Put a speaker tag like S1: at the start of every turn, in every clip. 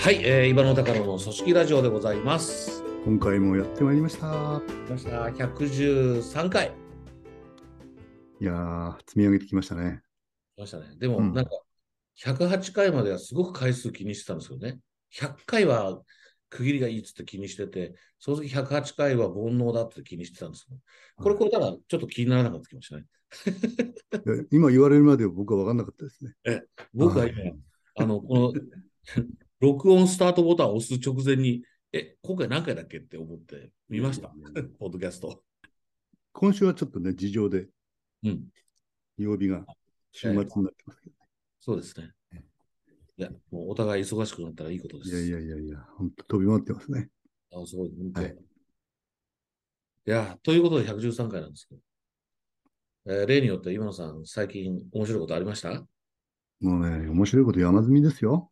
S1: はい、今の高野の組織ラジオでございます。
S2: 今回もやってまいりました。
S1: 来ました113回。
S2: いやー、積み上げてきましたね。
S1: 来ましたね。でも、なん
S2: うん。
S1: か、108回まではすごく回数気にしてたんですよね。100回は区切りがいいっつって気にしてて、その時108回は煩悩だって気にしてたんですよ。
S2: はい。
S1: これからちょっと気にならなくなってきましたね。
S2: で今言われるまでは僕は分かんなかったですね。
S1: え、僕は
S2: はい。
S1: 今、この録音スタートボタンを押す直前に、今回何回だっけって思って
S2: いやいやい
S1: 見ました。
S2: やいや。
S1: ポッドキャスト。
S2: 今週はちょっとね、事情で
S1: うん。
S2: 曜日が週末になってますけど
S1: そうですね。
S2: ね。
S1: いや、もうお互い忙しくなったらいいことで
S2: いやい
S1: す。
S2: やいやいや、本当飛び回ってますね。
S1: すごい、本当。
S2: はい。
S1: いや、ということで113回なんですけど、例によって今野さん、最近面白いことありました？
S2: もうね、面白いこと山積みですよ。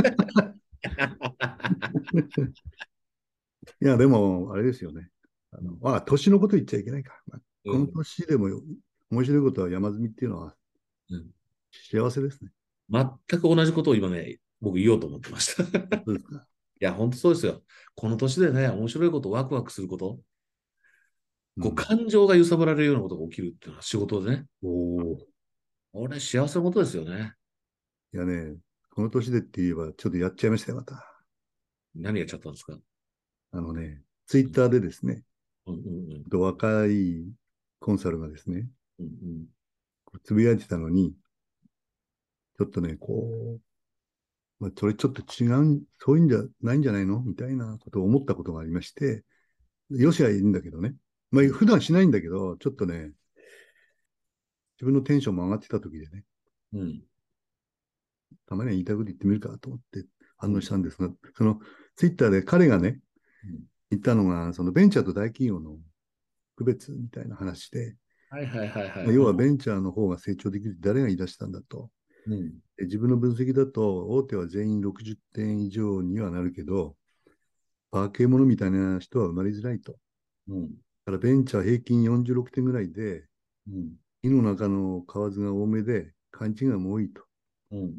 S2: いや、でも、あれですよね。
S1: うん。
S2: 年のこと言っちゃいけないか。この
S1: うん。
S2: 年でも面白いことは山積みっていうのは
S1: うん。
S2: 幸せですね。
S1: 全く同じことを今ね、僕言おうと思ってました。い
S2: 本当ですか。
S1: や、本当そうですよ。この年でね、面白いこと、ワクワクすること、こう、
S2: うん。
S1: 感情が揺さぶられるようなことが起きるっていうのは仕事でね、
S2: おお。
S1: 俺、幸せなことですよね。
S2: いやね、この年でって言えば、ちょっとやっちゃいましたよ、また。
S1: 何やっちゃったんですか？
S2: ツイ
S1: うん。
S2: ッターでですね、
S1: うん。うん。
S2: 若いコンサルがですね、
S1: うん。うん。
S2: つぶやいてたのに、ちょっとね、それちょっと違う、そういうんじゃないんじゃないのみたいなことを思ったことがありまして、よしはいいんだけどね、
S1: うん。
S2: 普段しないんだけど、ちょっとね、自分のテンションも上がってた時でね、
S1: うん。
S2: たまには言いたいこと言ってみるかと思って反応
S1: うん。
S2: したんですが、そのツイッターで彼がね、
S1: うん。
S2: 言ったのが、そのベンチャーと大企業の区別みたいな話で、
S1: はいはいはいはい。
S2: 要はベンチャーの方が成長できるって誰が言い出したんだと。
S1: うん。
S2: 自分の分析だと、大手は全員60点以上にはなるけど、化け物みたいな人は生まれづらいと。だ
S1: うん。
S2: からベンチャー平均46点ぐらいで、
S1: うん。
S2: 火の中の蛙が多めで、勘違いも多いと。
S1: うん。うん。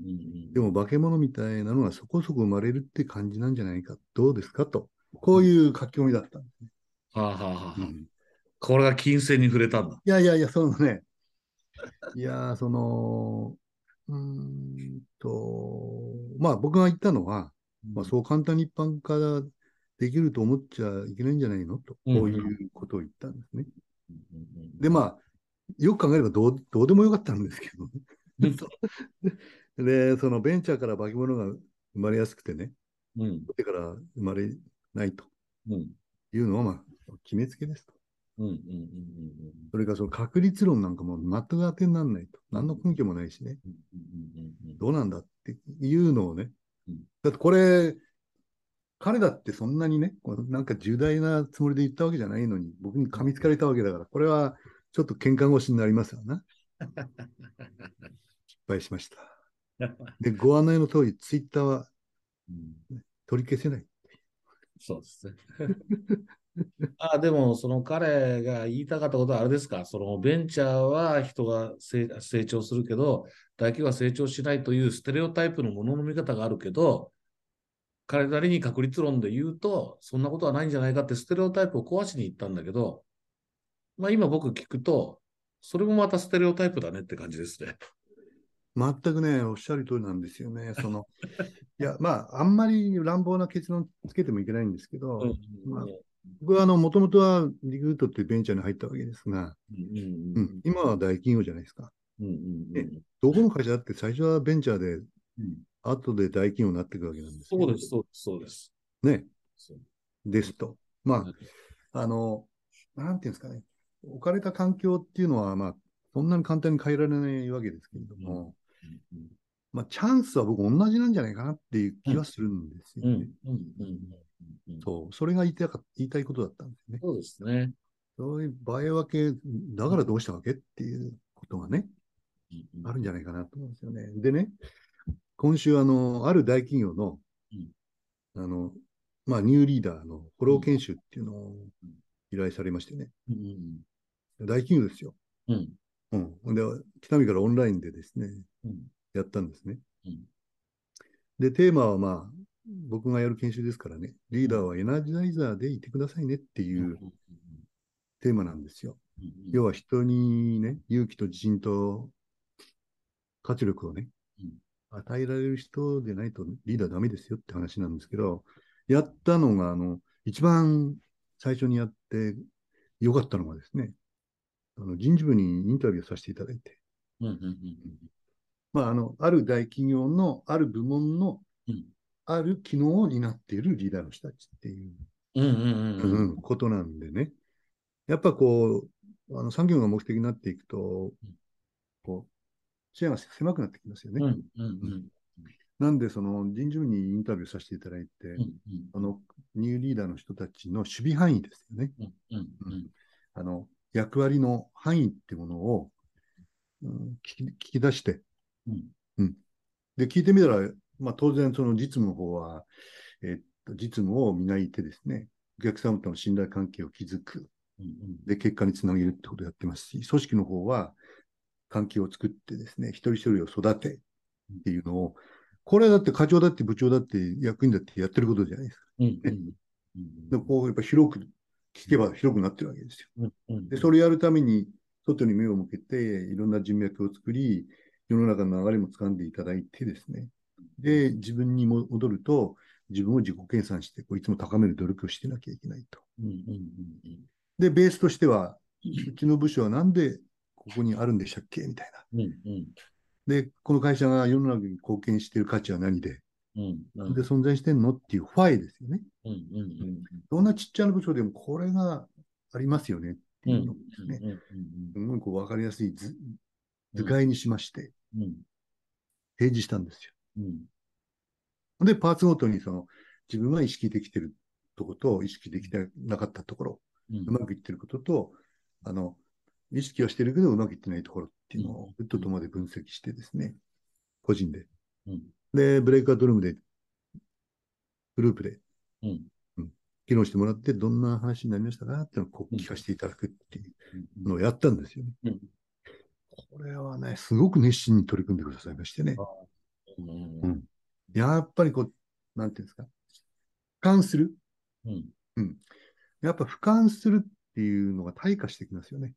S2: でも化け物みたいなのがそこそこ生まれるって感じなんじゃないか。どうですかと。こういう書き込みだったんですね。
S1: はあはあはあはあ。
S2: うん、
S1: これが金銭に触れたんだ。
S2: いやいやいや、そのね、僕が言ったのは、
S1: うん。
S2: そう簡単に一般化できると思っちゃいけないんじゃないのと、
S1: うん。
S2: こうい
S1: うん。
S2: うことを言ったんですね。
S1: うん。
S2: で、よく考えればどうでもよかったんですけどね。
S1: うん。
S2: で、そのベンチャーから化け物が生まれやすくてね、
S1: うん。
S2: 後手から生まれないと
S1: うん。
S2: いうのは、決めつけですと。
S1: うん。うん。うん。
S2: それからその確率論なんかも全く当てにならないと。何の根拠もないしね。
S1: うん。うん。
S2: どうなんだっていうのをね。
S1: うん。
S2: だってこれ、彼だってそんなにね、なんか重大なつもりで言ったわけじゃないのに、僕に噛みつかれたわけだから、これはちょっと喧嘩腰になりますよな。失敗しました。で、ご案内の通り、ツイッターは
S1: うん。
S2: 取り消せない。
S1: そうですね。でも、その彼が言いたかったことはあれですか？そのベンチャーは人が成長するけど、大企業は成長しないというステレオタイプのものの見方があるけど、彼なりに確率論で言うと、そんなことはないんじゃないかってステレオタイプを壊しに行ったんだけど、今僕聞くと、それもまたステレオタイプだねって感じですね。
S2: 全くね、おっしゃる通りなんですよね。あんまり乱暴な結論つけてもいけないんですけ
S1: うん。
S2: ど、
S1: うん。
S2: 僕はもともとはリクルートっていうベンチャーに入ったわけですが、
S1: うん。
S2: 今は大企業じゃないですか。
S1: うん。う
S2: ね、
S1: ん。
S2: どこの会社だって最初はベンチャーで、
S1: うん。
S2: 後で大企業になっていくわけなんですよ。
S1: そうです、そうです、そうです。
S2: ね。
S1: そう。
S2: ですと。あの、なんていうんですかね。置かれた環境っていうのは、そんなに簡単に変えられないわけですけれど
S1: うん。
S2: も、
S1: うん。
S2: チャンスは僕同じなんじゃないかなっていう
S1: うん。
S2: 気はするんですよ
S1: うん。
S2: ね。
S1: うん。うん。うん。
S2: そう、それが言いたいことだったんですね。
S1: そうですね。
S2: そういう場合分け、だからどうしたわけっていうことがね、
S1: うん。うん。
S2: あるんじゃないかなと思うんですよね。でね、今週、ある大企業の、
S1: うん。
S2: あの、ニューリーダーのフォ
S1: うん。
S2: ロー研修っていうのを依頼されましてね、
S1: うん。
S2: 大企業ですよ。
S1: うん。
S2: うん。で、北見からオンラインでですね、
S1: うん。
S2: やったんですね。
S1: うん。
S2: で、テーマは、 僕がやる研修ですからね、リーダーはエナジャイザーでいてくださいねっていうテーマなんですよ。要は人にね、勇気と自信と活力をね、与えられる人でないとリーダーダメですよって話なんですけど、やったのが、一番最初にやってよかったのがですね、人事部にインタビューさせていただいて、まあ、ある大企業のある部門のある機能を担っているリーダーの人たちっていう、ことなんでね、やっぱこう、産業が目的になっていくと、こう、視野が狭くなってきますよね。なんで、その人事部にインタビューさせていただいて、ニューリーダーの人たちの守備範囲ですよね。役割の範囲っていうものを、聞き出して、で、聞いてみたら、まあ、当然、その実務の方は、実務を磨いてですね、お客様との信頼関係を築く。で、結果につなげるってことをやってますし、組織の方は、関係を作ってですね、一人一人を育てっていうのを、これはだって課長だって部長だって役員だってやってることじゃないですか。でこうやっぱ広く聞けば広くなってるわけですよ。で、それをやるために、外に目を向けて、いろんな人脈を作り、世の中の流れも掴んでいただいてですね、で、自分に戻ると、自分を自己計算して、いつも高める努力をしてなきゃいけないと。で、ベースとしては、うちの部署はなんでここにあるんでしたっけみたいな。で、この会社が世の中に貢献している価値は何で、なんで存在してんのっていうファイですよね。どんなちっちゃな部署でもこれがありますよねっていうのをですね、すごい分かりやすい図解にしまして、提示したんですよ。で、パーツごとに自分が意識できているところと意識できてなかったところ、うまくいっていることと、意識はしてるけどうまくいってないところっていうのをフットとまで分析してですね、個人で。で、ブレイクアウトルームで、グループで、議論してもらって、どんな話になりましたかっていうのを聞かせていただくっていうのをやったんですよね。これはね、すごく熱心に取り組んでくださいましてね。やっぱりなんていうんですか、俯瞰する。やっぱ俯瞰するっていうのが退化してきますよね。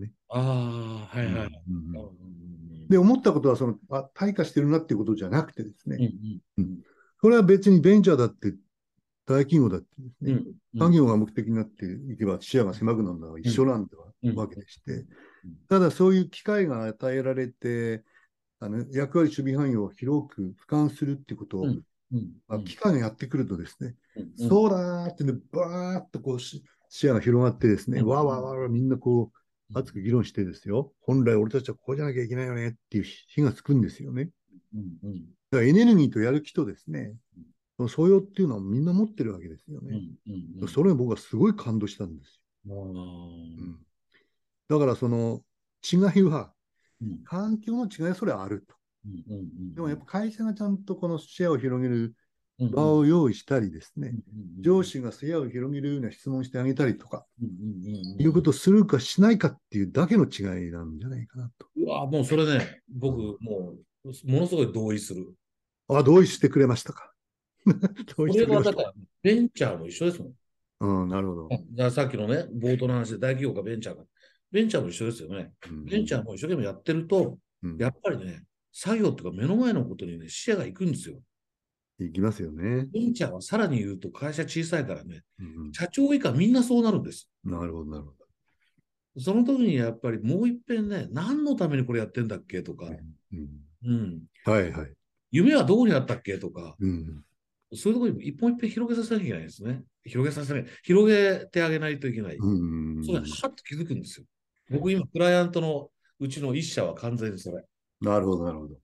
S2: で、思ったことは退化してるなっていうことじゃなくてですね、これは別にベンチャーだって大企業だってですね、産業が目的になっていけば視野が狭くなるのは一緒なんだわけでして、ただそういう機会が与えられて、役割守備範囲を広く俯瞰するっていうことを、機会がやってくるとですね、そうだーってね、バーっと視野が広がってですね、わーわーわーわーみんな熱く議論してですよ、本来俺たちはこうじゃなきゃいけないよねっていう火がつくんですよね。だからエネルギーとやる気とですね、素養っていうのはみんな持ってるわけですよね。それは僕はすごい感動したんですよ。だから違いは、環境の違いはそれはあると。でもやっぱ会社がちゃんとこの視野を広げる場を用意したりですね、上司が視野を広げるような質問してあげたりとか、いうことをするかしないかっていうだけの違いなんじゃないかなと。
S1: もうそれね、僕、ものすごい同意する。
S2: 同意してくれましたか。同意
S1: こ
S2: してくれました。
S1: れはだから、ベンチャーも一緒ですもん。
S2: なるほど。
S1: だからさっきのね、冒頭の話で大企業かベンチャーか。ベンチャーも一緒ですよね。ベンチャーも一生懸命やってると、やっぱりね、作業とか目の前のことにね、視野が行くんですよ。
S2: 行きますよね。
S1: ベンチャーはさらに言うと会社小さいからね、社長以下みんなそうなるんです。
S2: なるほど、なるほど。
S1: その時にやっぱりもう一遍ね、何のためにこれやってんだっけとか、
S2: はいはい。
S1: 夢はどこにあったっけとか、そういうところに一本一本広げさせなきゃいけないですね。広げてあげないといけない。それ、はっと気づくんですよ。僕今、クライアントのうちの一社は完全にそれ。
S2: なるほど、なるほど。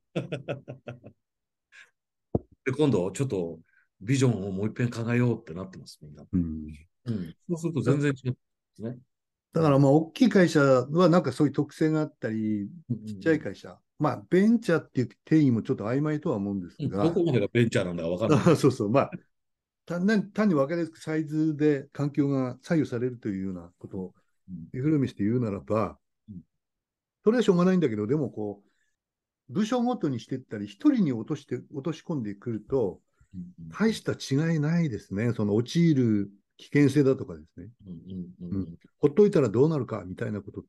S1: で、今度、ちょっとビジョンをもう一遍考えようってなってます、みんな。そうすると全然違うんですね。
S2: だから大きい会社はなんかそういう特性があったり、ちっちゃい会社、ベンチャーっていう定義もちょっと曖昧とは思うんですが、
S1: どこまでがベンチャーなんだか分かんない。
S2: そうそう、単に分かりやすくサイズで環境が左右されるというようなことを、フルミして言うならば、それはしょうがないんだけど、でも部署ごとにしていったり、一人に落とし込んでくると、
S1: うん
S2: 大した違いないですね。その陥る危険性だとかですね。
S1: うんうん
S2: うん。
S1: うん
S2: ほっといたらどうなるかみたいなことって、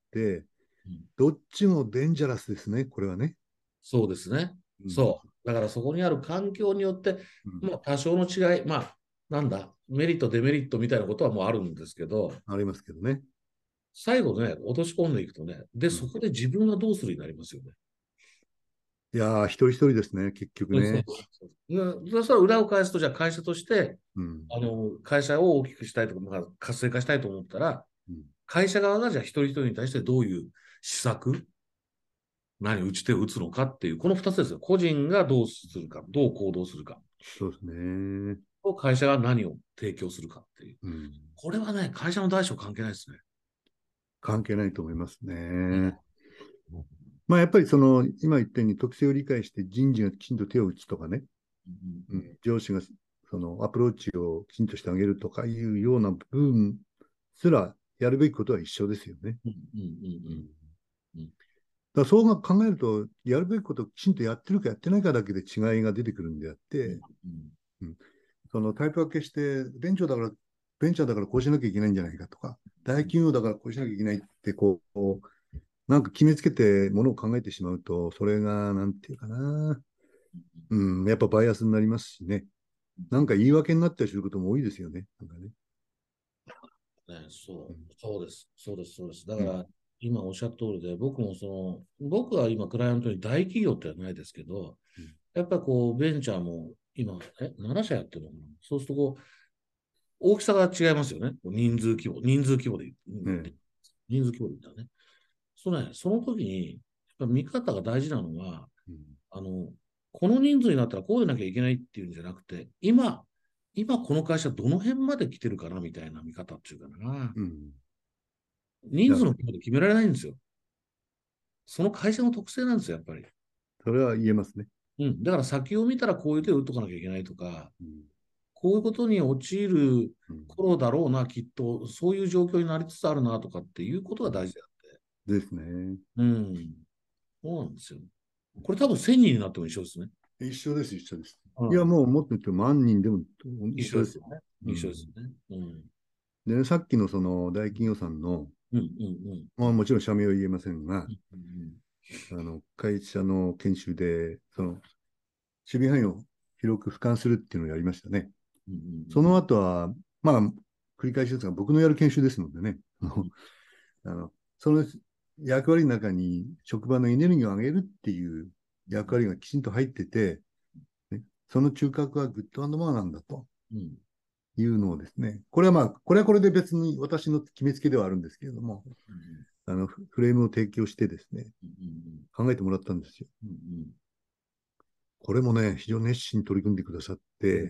S1: うん。
S2: どっちもデンジャラスですね、これはね。
S1: そうですね。
S2: うん。
S1: そう。だからそこにある環境によって、
S2: うん。
S1: まあ多少の違い、まあなんだ、メリット、デメリットみたいなことはもうあるんですけど、
S2: ありますけどね。
S1: 最後ね、落とし込んでいくとね、で、
S2: うん。
S1: そこで自分はどうするになりますよね。
S2: いやー、一人一人ですね、結局
S1: うんそう
S2: ね。
S1: そうそれは裏を返すと、じゃあ会社として、
S2: うん。
S1: 会社を大きくしたいとか、まあ、活性化したいと思ったら、
S2: うん。
S1: 会社側がじゃあ一人一人に対してどういう施策、打ち手を打つのかっていう、この二つですよ。個人がどうするか、どう行動するか、
S2: そうですね。
S1: と会社が何を提供するかっていう。
S2: うん。
S1: これはね、会社の大小関係ないですね。
S2: 関係ないと思いますね。
S1: ね
S2: まあ、やっぱりその、今言ったように特性を理解して人事がきちんと手を打つとかね、
S1: うん
S2: うん、上司がそのアプローチをきちんとしてあげるとかいうような部分すらやるべきことは一緒ですよね。
S1: うんうんうん
S2: うん、
S1: うんうん
S2: だからそう考えると、やるべきことをきちんとやってるかやってないかだけで違いが出てくるんであっ
S1: うん
S2: て、うん、そのタイプ分けして、ベンチャーだからこうしなきゃいけないんじゃないかとか、大企業だからこうしなきゃいけないってなんか決めつけてものを考えてしまうと、それが、なんていうかな、うん、やっぱバイアスになりますしね。なんか言い訳になったりすることも多いですよね。なんかね。
S1: ね、
S2: うん。
S1: そうです。そうです。そうです。だ
S2: うん。
S1: から、今おっしゃった通りで、僕は今、クライアントに大企業ってはないですけど、
S2: うん。
S1: やっぱりこう、ベンチャーも今、7社やってるのかな。そうするとこう、大きさが違いますよね。人数規模で言って、
S2: ね
S1: 人数規模で言ったらね。その時に、やっぱ見方が大事なのは、
S2: うん。
S1: あの、この人数になったらこうでなきゃいけないっていうんじゃなくて、今この会社どの辺まで来てるかなみたいな見方っていうかな。
S2: うん。いや、
S1: 人数の規模で決められないんですよ。その会社の特性なんですよ、やっぱり。
S2: それは言えますね。
S1: うん。だから先を見たらこういう手を打っとかなきゃいけないとか、
S2: うん。
S1: こういうことに陥る
S2: うん。
S1: 頃だろうな、きっと、そういう状況になりつつあるなとかっていうことが大事だよ。
S2: ですね。
S1: うん。そうなんですよ。これ多分1000人になっても一緒ですね。
S2: 一緒です、一緒です。いや、
S1: うん。
S2: もうもっと言って万人でも
S1: 一
S2: 一緒ですよ。
S1: 緒ですよね。一緒です
S2: うん。
S1: よね。うん。
S2: でね、さっきのその大企業さんの、
S1: うんうん
S2: まあ、もちろん社名は言えませんが、
S1: うんうん
S2: 会社の研修で、その守備範囲を広く俯瞰するっていうのをやりましたね。
S1: うんうん
S2: その後は、まあ、繰り返しですが、僕のやる研修ですのでね、
S1: うん
S2: あのその役割の中に職場のエネルギーを上げるっていう役割がきちんと入ってて、ね、その中核はグッドマーなんだと
S1: うん
S2: いうのをですね、これはまあ、これはこれで別に私の決めつけではあるんですけれども、
S1: うん
S2: フレームを提供してですね、
S1: うん
S2: 考えてもらったんですよ。
S1: うんうん
S2: これもね、非常に熱心に取り組んでくださって、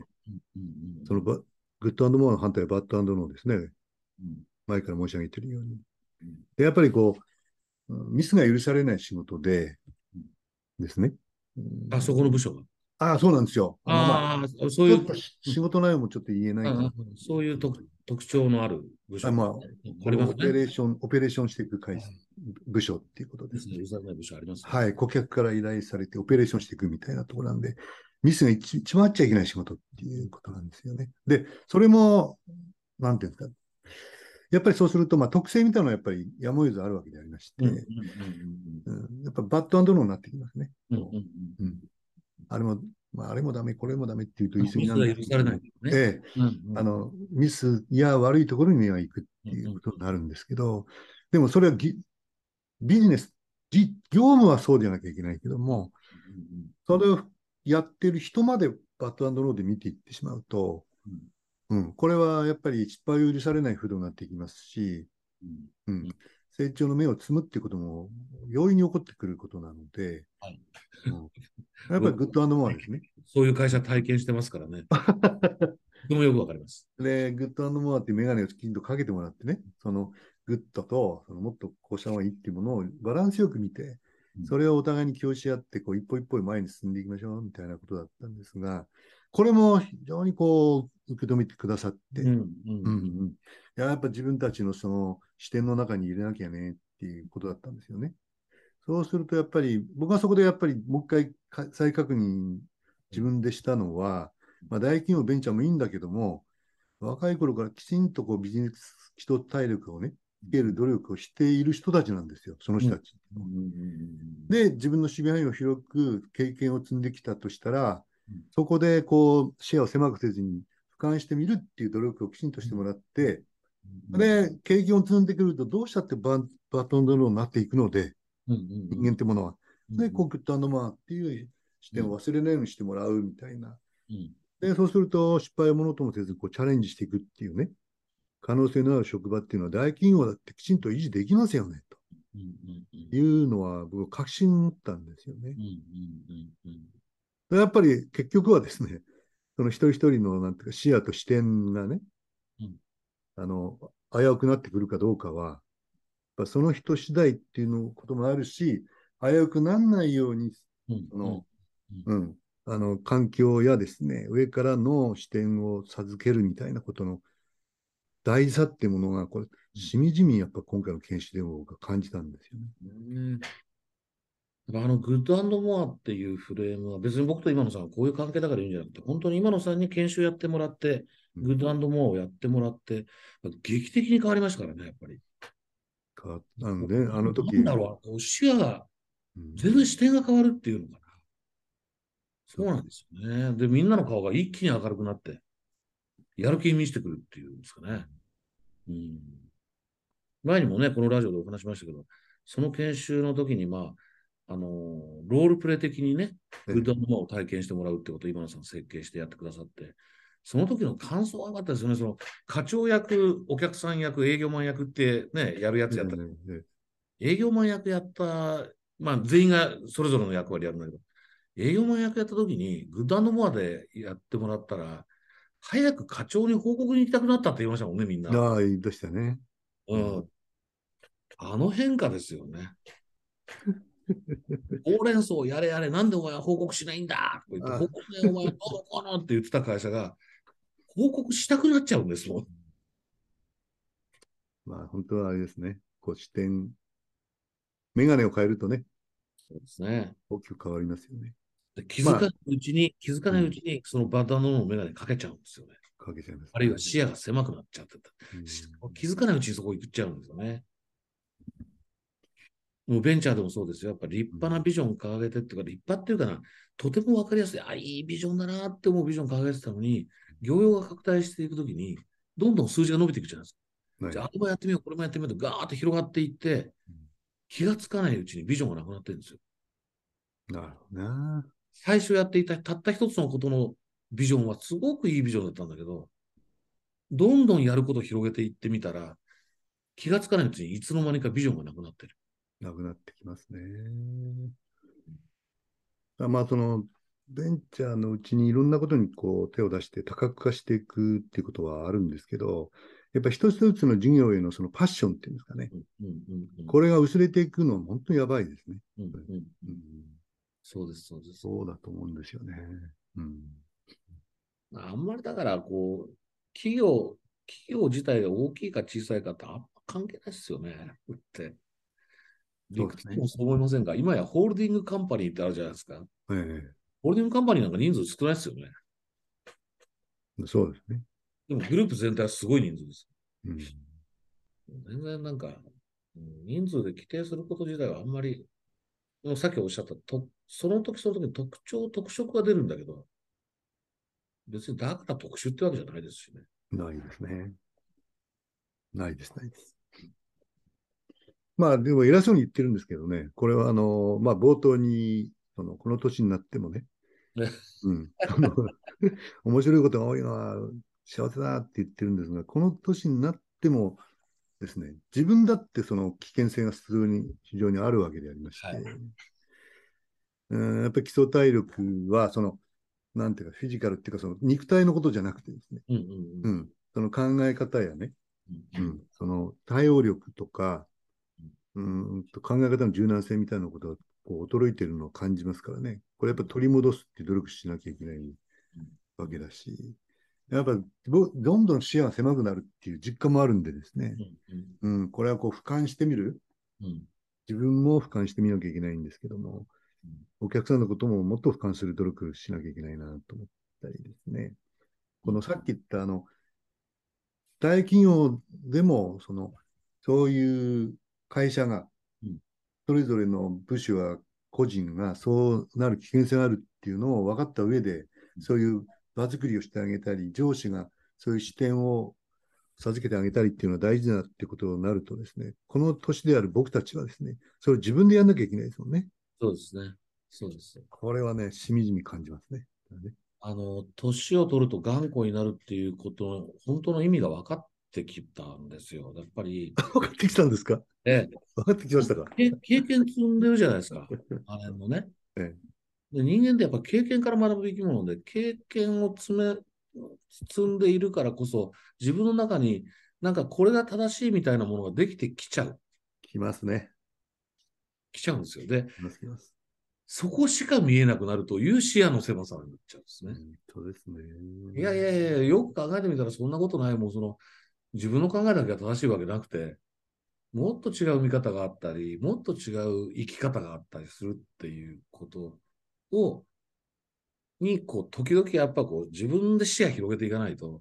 S1: うん
S2: そのグッドモアの反対はバッドノーですね、
S1: うん
S2: 前から申し上げているように。
S1: うん
S2: で、やっぱりミスが許されない仕事でですね。う
S1: あ、そ
S2: ん。
S1: この部署が。
S2: ああ、そうなんですよ。まあ、
S1: ああ、そういう、
S2: ちょっと仕事内容もちょっと言えないかな。
S1: そういう特徴のある部署が
S2: まあ、
S1: ありますね。
S2: オペレーションしていく部署っていうことで。
S1: ですね。うざい部署ありますね。
S2: はい、顧客から依頼されてオペレーションしていくみたいなところなんで、ミスが一番あっちゃいけない仕事っていうことなんですよね。で、それも、なんていうんですか、やっぱりそうすると、まあ、特性みたいなのはやっぱりやむを得ずあるわけでありまし
S1: うんうん
S2: て、
S1: うん
S2: やっぱバッドノーになってきますね。
S1: うんうんうんうん
S2: うん、あれも、まあ、あれもダメ、これもダメっていうと言い過ぎ
S1: ミス
S2: なん
S1: は許されない
S2: ですけども、
S1: けどね。
S2: ええ、
S1: うんうん
S2: ミスや悪いところに目が行くっ
S1: うんうん
S2: ていうことになるんですけど、でもそれはビジネス、業務はそうでなきゃいけないけど
S1: うん
S2: も、
S1: うん
S2: それをやってる人までバッドローで見ていってしまうと、
S1: うん
S2: これはやっぱり失敗を許されない不動になってきますし、
S1: うん
S2: うん、
S1: うん
S2: 成長の芽を摘むっていうことも容易に起こってくることなので、
S1: はい。
S2: うん、やっぱり
S1: 僕、
S2: グッドモアですね。
S1: そういう会社体験してますからね。とてもよくわかります。
S2: で、グッドモアっていうメガネをきちんとかけてもらってね、そのグッドとそのもっとこうした方がいいっていうものをバランスよく見て、
S1: うん
S2: それをお互いに共有し合って、一歩一歩前に進んでいきましょうみたいなことだったんですが、これも非常に受け止めてくださって、
S1: うんうん
S2: うんうん、やっぱ自分たちのその視点の中に入れなきゃねっていうことだったんですよね。そうするとやっぱり僕はそこでやっぱりもう一回再確認自分でしたのは、 まあ、大企業ベンチャーもいいんだけども、若い頃からきちんとこうビジネス基礎体力をね、つける努力をしている人たちなんですよ、その
S1: うん。
S2: 人たち。で、自分の守備範囲を広く経験を積んできたとしたら、そこでこう視野を狭くせずに俯瞰してみるっていう努力をきちんとしてもらって、で、経験を積んでくると、どうしたってバトンドローになっていくので、人間ってものは。で、コックットマーっていう視点を忘れないようにしてもらうみたいな。で、そうすると失敗をものともせずこうチャレンジしていくっていうね、可能性のある職場っていうのは大企業だってきちんと維持できますよね、というのは僕確信持ったんですよね。やっぱり結局はですね、その一人一人のなんていうか視野と視点がね、あの、危うくなってくるかどうかは、その人次第っていうのこともあるし、危うくならないように、その、うん、環境やですね、上からの視点を授けるみたいなことの大事さっていうものが、これ、しみじみやっぱ今回の研修でも僕は感じたんですよね。
S1: グッドモアっていうフレームは別に僕と今野さんはこういう関係だからいいんじゃなくて、本当に今野さんに研修やってもらって、
S2: うん、
S1: グッドモアをやってもらって、劇的に変わりましたからね、やっぱり。
S2: なので、あの時、
S1: なんだろう、こう視野が、
S2: うん、
S1: 全然視点が変わるっていうのかな。
S2: そう
S1: そうなんですよね。で、みんなの顔が一気に明るくなって、やる気に満ちてくるっていうんですかね。うん。前にもね、このラジオでお話しましたけど、その研修の時に、ロールプレイ的にね、グッドモアを体験してもらうってことを今野さん設計してやってくださって、その時の感想は良かったですよね。その課長役、お客さん役、営業マン役ってね、やるやつやった。営業マン役やった、まあ全員がそれぞれの役割やるんだけど、営業マン役やった時にグッドモアでやってもらったら、早く課長に報告に行きたくなったって言いましたもんね、みんな。
S2: ああ、いいとしたね。
S1: う
S2: うん、
S1: ん。あの変化ですよね。ほうれん草やれやれ、なんでお前は報告しないんだと言って、報
S2: あ、
S1: 告ね、お前はどうのこうのって言ってた会社が、報告したくなっちゃうんですもん。
S2: まあ、本当はあれですね。こう視点、眼鏡を変えるとね、
S1: そうですね。
S2: 大きく変わりますよね。
S1: で
S2: まあ、
S1: 気づか
S2: うん、
S1: ないうちに、そのバターのメガネかけちゃうんですよね。
S2: かけちゃいますね。
S1: あるいは視野が狭くなっちゃってた。
S2: うん、
S1: 気づかないうちにそこ行っちゃうんですよね。もうベンチャーでもそうですよ。やっぱり立
S2: うん、
S1: 派なビジョンを掲げてっていうか、立派っていうかな、とてもわかりやすい、あ、いいビジョンだなって思うビジョンを掲げてたのに、業用が拡大していくときに、どんどん数字が伸びていくじゃないですか。じゃあ、
S2: はい。
S1: あれもやってみよう、これもやってみようと、ガーッと広がっていって、気がつかないうちにビジョンがなくなってるんですよ。
S2: なるほどな。
S1: 最初やっていたたった一つのことのビジョンはすごくいいビジョンだったんだけど、どんどんやることを広げていってみたら、気がつかないうちにいつの間にかビジョンがなくなってる。
S2: なくなってきますね。まあ、その、ベンチャーのうちにいろんなことにこう手を出して多角化していくっていうことはあるんですけど、やっぱ一つ一つの事業へのそのパッションっていうんですかね。
S1: うんうんうんうん
S2: これが薄れていくのは本当にやばいですね。
S1: うんうんう
S2: う
S1: ん。
S2: ん、
S1: そうです、そうです。
S2: そうだと思うんですよね。うん。
S1: あんまりだから、こう、企業、企業自体が大きいか小さいかってあんま関係ないですよね。って。理
S2: そうですね。
S1: 屈もそう思いませんか？今やホールディングカンパニーってあるじゃないですか。
S2: え
S1: ホールディングカンパニーなんか人数少ないですよね。
S2: そうですね。
S1: でもグループ全体はすごい人数です。
S2: うん。
S1: 全然なんか、人数で規定すること自体はあんまり、もうさっきおっしゃったその時その時に特徴、特色が出るんだけど、別にだから特殊ってわけじゃないですしね。
S2: ないですね。ないです、ないです。まあ、でも偉そうに言ってるんですけどね、これはまあ、冒頭に、この年になってもね、
S1: ね。
S2: うん、面白いことが多いのは幸せだって言ってるんですが、この年になってもですね、自分だってその危険性が普通に非常にあるわけでありまし
S1: はい。
S2: て、やっぱり基礎体力は、なんていうか、フィジカルっていうか、その肉体のことじゃなくてですね、
S1: うんうん
S2: うん、その考え方やね、
S1: うん
S2: うん、その対応力とか、考え方の柔軟性みたいなことがこう衰えているのを感じますからね。これやっぱ取り戻すって努力しなきゃいけないわけだし、やっぱどんどん視野が狭くなるっていう実感もあるんでですね。
S1: うんうん
S2: うん、これはこう俯瞰してみる。
S1: うん
S2: 自分も俯瞰してみなきゃいけないんですけども、お客さんのことももっと俯瞰する努力しなきゃいけないなと思っしたりですね。
S1: うん、
S2: このさっき言った大企業でも、そういう会社が、
S1: うん、
S2: それぞれの部署は個人がそうなる危険性があるっていうのを分かった上で、そういう場作りをしてあげたり、上司がそういう視点を授けてあげたりっていうのは大事だってことになるとですね、この年である僕たちはですね、それを自分でやんなきゃいけないですもんね。
S1: そうですね。そうです。
S2: これはね、しみじみ感じますね。
S1: 年を取ると頑固になるっていうことの、本当の意味が分かってきたんですよ。やっぱり、
S2: 分かってきたんですか？
S1: え
S2: 分かってきましたか？
S1: 経験積んでるじゃないですか。あれもね。
S2: ええ、
S1: で、人間ってやっぱ経験から学ぶ生き物で、経験を積んでいるからこそ、自分の中になんかこれが正しいみたいなものができて
S2: きますね。
S1: きちゃうんですよ。で、
S2: きます、きます。
S1: そこしか見えなくなるという視野の狭さになっちゃうんですね。
S2: そうですね。
S1: いやいやいや、よく考えてみたらそんなことない。もう自分の考えだけが正しいわけなくて、もっと違う見方があったり、もっと違う生き方があったりするっていうことを、時々やっぱ自分で視野広げていかないと、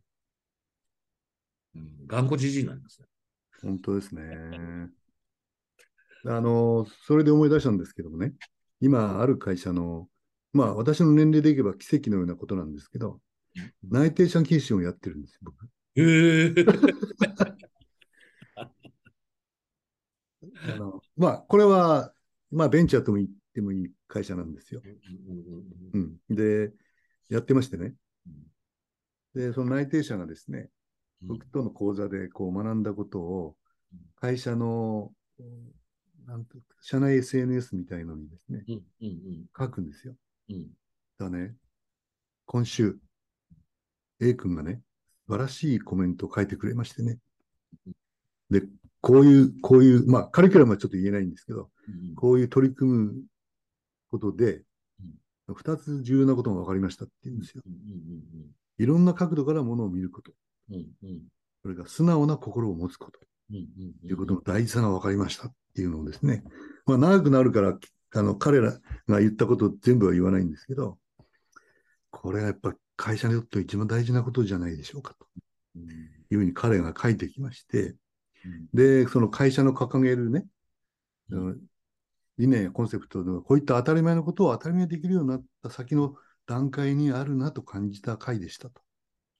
S1: 頑固じじいになりますね。
S2: 本当ですね。それで思い出したんですけどもね、今ある会社の、まあ私の年齢でいけば奇跡のようなことなんですけど、内定者研修をやってるんですよ、僕。
S1: へえ。
S2: まあこれは、まあベンチャーとも言ってもいい会社なんですよ。うん。で、やってましてね。で、その内定者がですね、僕との講座でこう学んだことを会社の、なんていうか社内 SNS みたいのにですね、書くんですよ。だね、今週、A 君がね、素晴らしいコメントを書いてくれましてね。で、こういう、まあ、カリキュラムはちょっと言えないんですけど、こういう取り組むことで、二つ重要なことが分かりましたって言うんですよ。いろんな角度からものを見ること。それが素直な心を持つこと。ということの大事さが分かりましたっていうのをですね、まあ、長くなるから、彼らが言ったことを全部は言わないんですけど、これはやっぱり会社にとって一番大事なことじゃないでしょうかというふうに彼が書いてきまして、で、その会社の掲げるね、理念やコンセプトでこういった当たり前のことを当たり前にできるようになった先の段階にあるなと感じた回でしたと。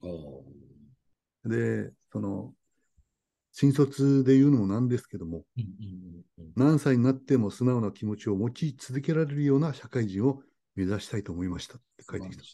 S2: で、新卒で言うのもなんですけども、何歳になっても素直な気持ちを持ち続けられるような社会人を目指したいと思いましたって書いてきた。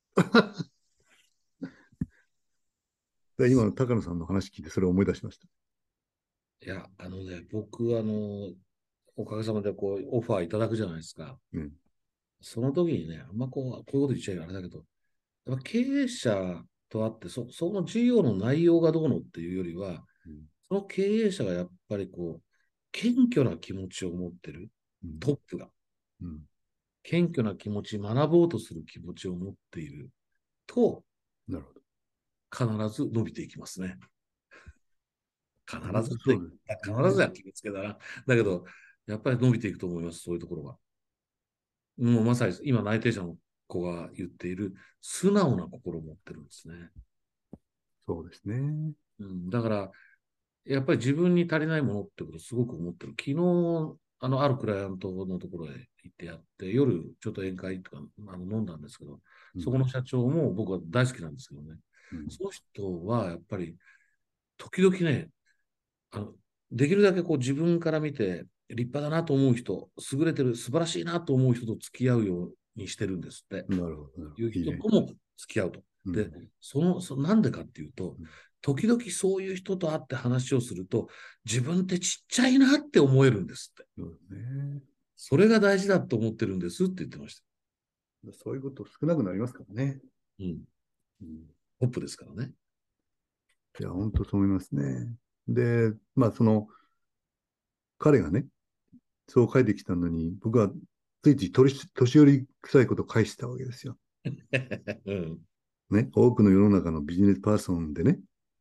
S2: で今の高野さんの話聞いてそれを思い出しました。
S1: いや、僕、おかげさまでオファーいただくじゃないですか。
S2: うん、
S1: その時にね、あんまこういうこと言っちゃあれだけど、やっぱ経営者とあって、その事業の内容がどうのっていうよりは、
S2: うん、
S1: その経営者がやっぱり謙虚な気持ちを持ってる、
S2: うん、
S1: トップが、
S2: うん。
S1: 謙虚な気持ち、学ぼうとする気持ちを持っていると、
S2: なるほど。
S1: 必ず伸びていきますね。必
S2: 本
S1: ずって、
S2: 当そうです
S1: 必ず
S2: ね。
S1: や決めつけだな。だけど、やっぱり伸びていくと思います、そういうところは。もうまさに今内定者の子が言っている素直な心を持ってるんですね。
S2: そうですね。
S1: だから、やっぱり自分に足りないものってことをすごく思ってる。昨日、あるクライアントのところへ行ってやって、夜ちょっと宴会とか飲んだんですけど、
S2: うん、
S1: そこの社長も僕は大好きなんですけどね、
S2: うん、
S1: その人はやっぱり時々ね、あのできるだけ自分から見て立派だなと思う人、優れてる、素晴らしいなと思う人と付き合うようにしてるんですって。
S2: なるほど、なるほ
S1: いう
S2: ど。いいね。
S1: 人とも付き合うと。で、
S2: うん、
S1: なんでかっていうと、時々そういう人と会って話をすると、自分ってちっちゃいなって思えるんですって。
S2: そうですね。
S1: それが大事だと思ってるんですって言ってました。
S2: そういうこと少なくなりますからね。
S1: うん。
S2: うん、
S1: トップですからね。
S2: いや、本当そう思いますね。で、まあ、彼がね、そう書いてきたのに、僕はついつい年寄り臭いことを返したわけですよ。
S1: うん。
S2: ね、多くの世の中のビジネスパーソンでね、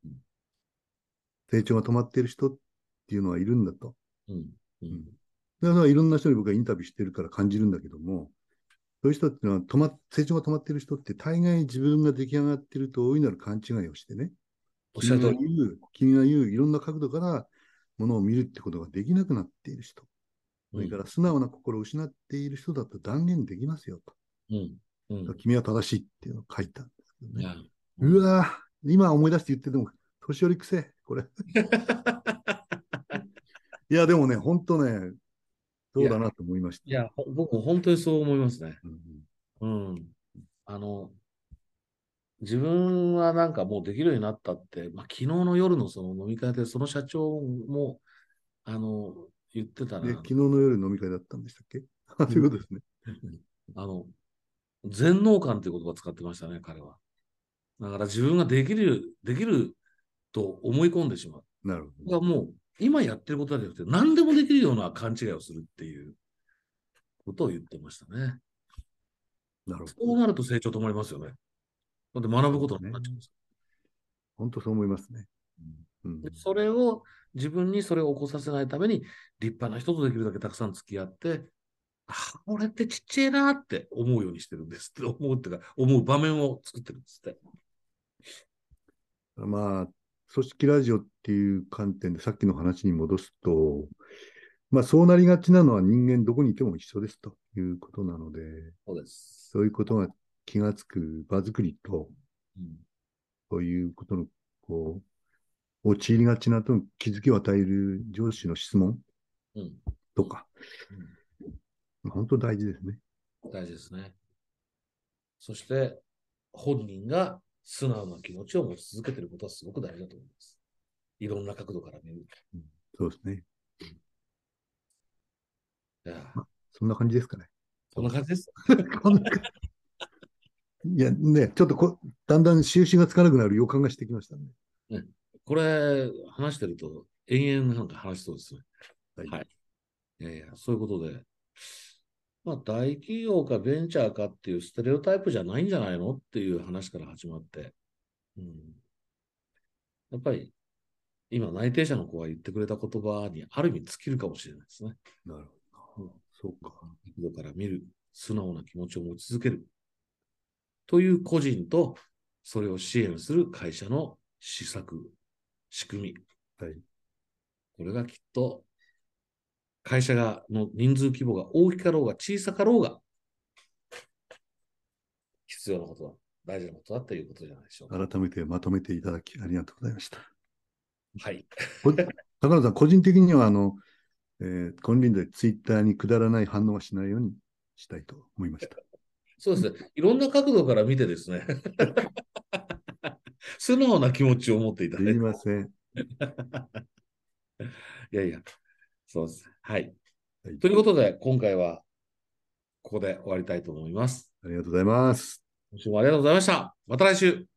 S2: 成長が止まっている人っていうのはいるんだと。
S1: うん。うん。
S2: うん。だからいろんな人に僕はインタビューしてるから感じるんだけども、 そういう人っていうのは成長が止まっている人って大概自分が出来上がっていると大いなる勘違いをしてね、君が
S1: おっしゃる通り。
S2: 言う、君が言ういろんな角度からものを見るってことができなくなっている人、それか
S1: うん。
S2: ら素直な心を失っている人だと断言できますよ
S1: うん。うん。
S2: と。君は正しいっていうのを書いたんですけどね。
S1: いや、うん。
S2: うわぁ、今思い出して言ってても、年寄りくせこれ。いや、でもね、本当ね、
S1: いや、
S2: そうだなと思いました。
S1: 僕も本当にそう思いますね。
S2: うん、
S1: うん。あの、自分はなんかもうできるようになったって、まあ、昨日の夜のその飲み会で、その社長も、言ってた
S2: で、
S1: な。
S2: 昨日の夜飲み会だったんでしたっけ？あ、
S1: うん。
S2: そういうことですね。
S1: あの、全能感という言葉を使ってましたね、彼は。だから自分ができると思い込んでしまう。
S2: なるほど。
S1: がもう、今やってることじゃなくて、何でもできるような勘違いをするっていうことを言ってましたね。
S2: なるほど。
S1: そうなると成長止まりますよね。だって学ぶことなく
S2: そうですね。
S1: なっちゃうんです。
S2: 本当そう思いますね。うん。
S1: でそれを、自分にそれを起こさせないために、立派な人とできるだけたくさん付き合って、あ、俺ってちっちゃいなって思うようにしてるんですって思うっていうか、思う場面を作ってるんですって。
S2: まあ、組織ラジオっていう観点でさっきの話に戻すと、まあそうなりがちなのは人間どこにいても一緒ですということなので、
S1: そうです。
S2: そういうことが気がつく場作りと、
S1: うん。
S2: そういうことの、こ陥りがちなと気づきを与える上司の質問
S1: うん。うん。
S2: とか、
S1: うん。
S2: 本当大事ですね。
S1: 大事ですね。そして、本人が素直な気持ちを持ち続けていることはすごく大事だと思います。いろんな角度から見る。
S2: うん、そうですね。
S1: うん。いや、
S2: まあ、そんな感じですかね。
S1: そんな感じです。
S2: こんな感じいやね、ちょっとだんだん収拾がつかなくなる予感がしてきましたね。
S1: ね、これ、話してると、延々なんか話しそうですね。
S2: はい。
S1: はい。そういうことで、まあ、大企業かベンチャーかっていうステレオタイプじゃないんじゃないのっていう話から始まって、うん、やっぱり今、内定者の子が言ってくれた言葉にある意味尽きるかもしれないですね。
S2: なるほ
S1: うん、
S2: ど。そうか。
S1: 角度から見る、素直な気持ちを持ち続けるという個人と、それを支援する会社の施策、仕組み、
S2: はい。
S1: これがきっと会社の人数規模が大きかろうが小さかろうが必要なことだ、大事なことだということじゃないでしょうか。
S2: 改めてまとめていただきありがとうございました。
S1: はい。
S2: 高野さん、個人的には金輪際ツイッターにくだらない反応はしないようにしたいと思いました。
S1: そうですね。いろんな角度から見てですね、素直な気持ちを持っていた
S2: すい
S1: だいて。
S2: ません。
S1: いやいや、そうです。はい。
S2: はい。
S1: ということで、今回はここで終わりたいと思います。
S2: ありがとうございます。
S1: 今週もありがとうございました。また来週。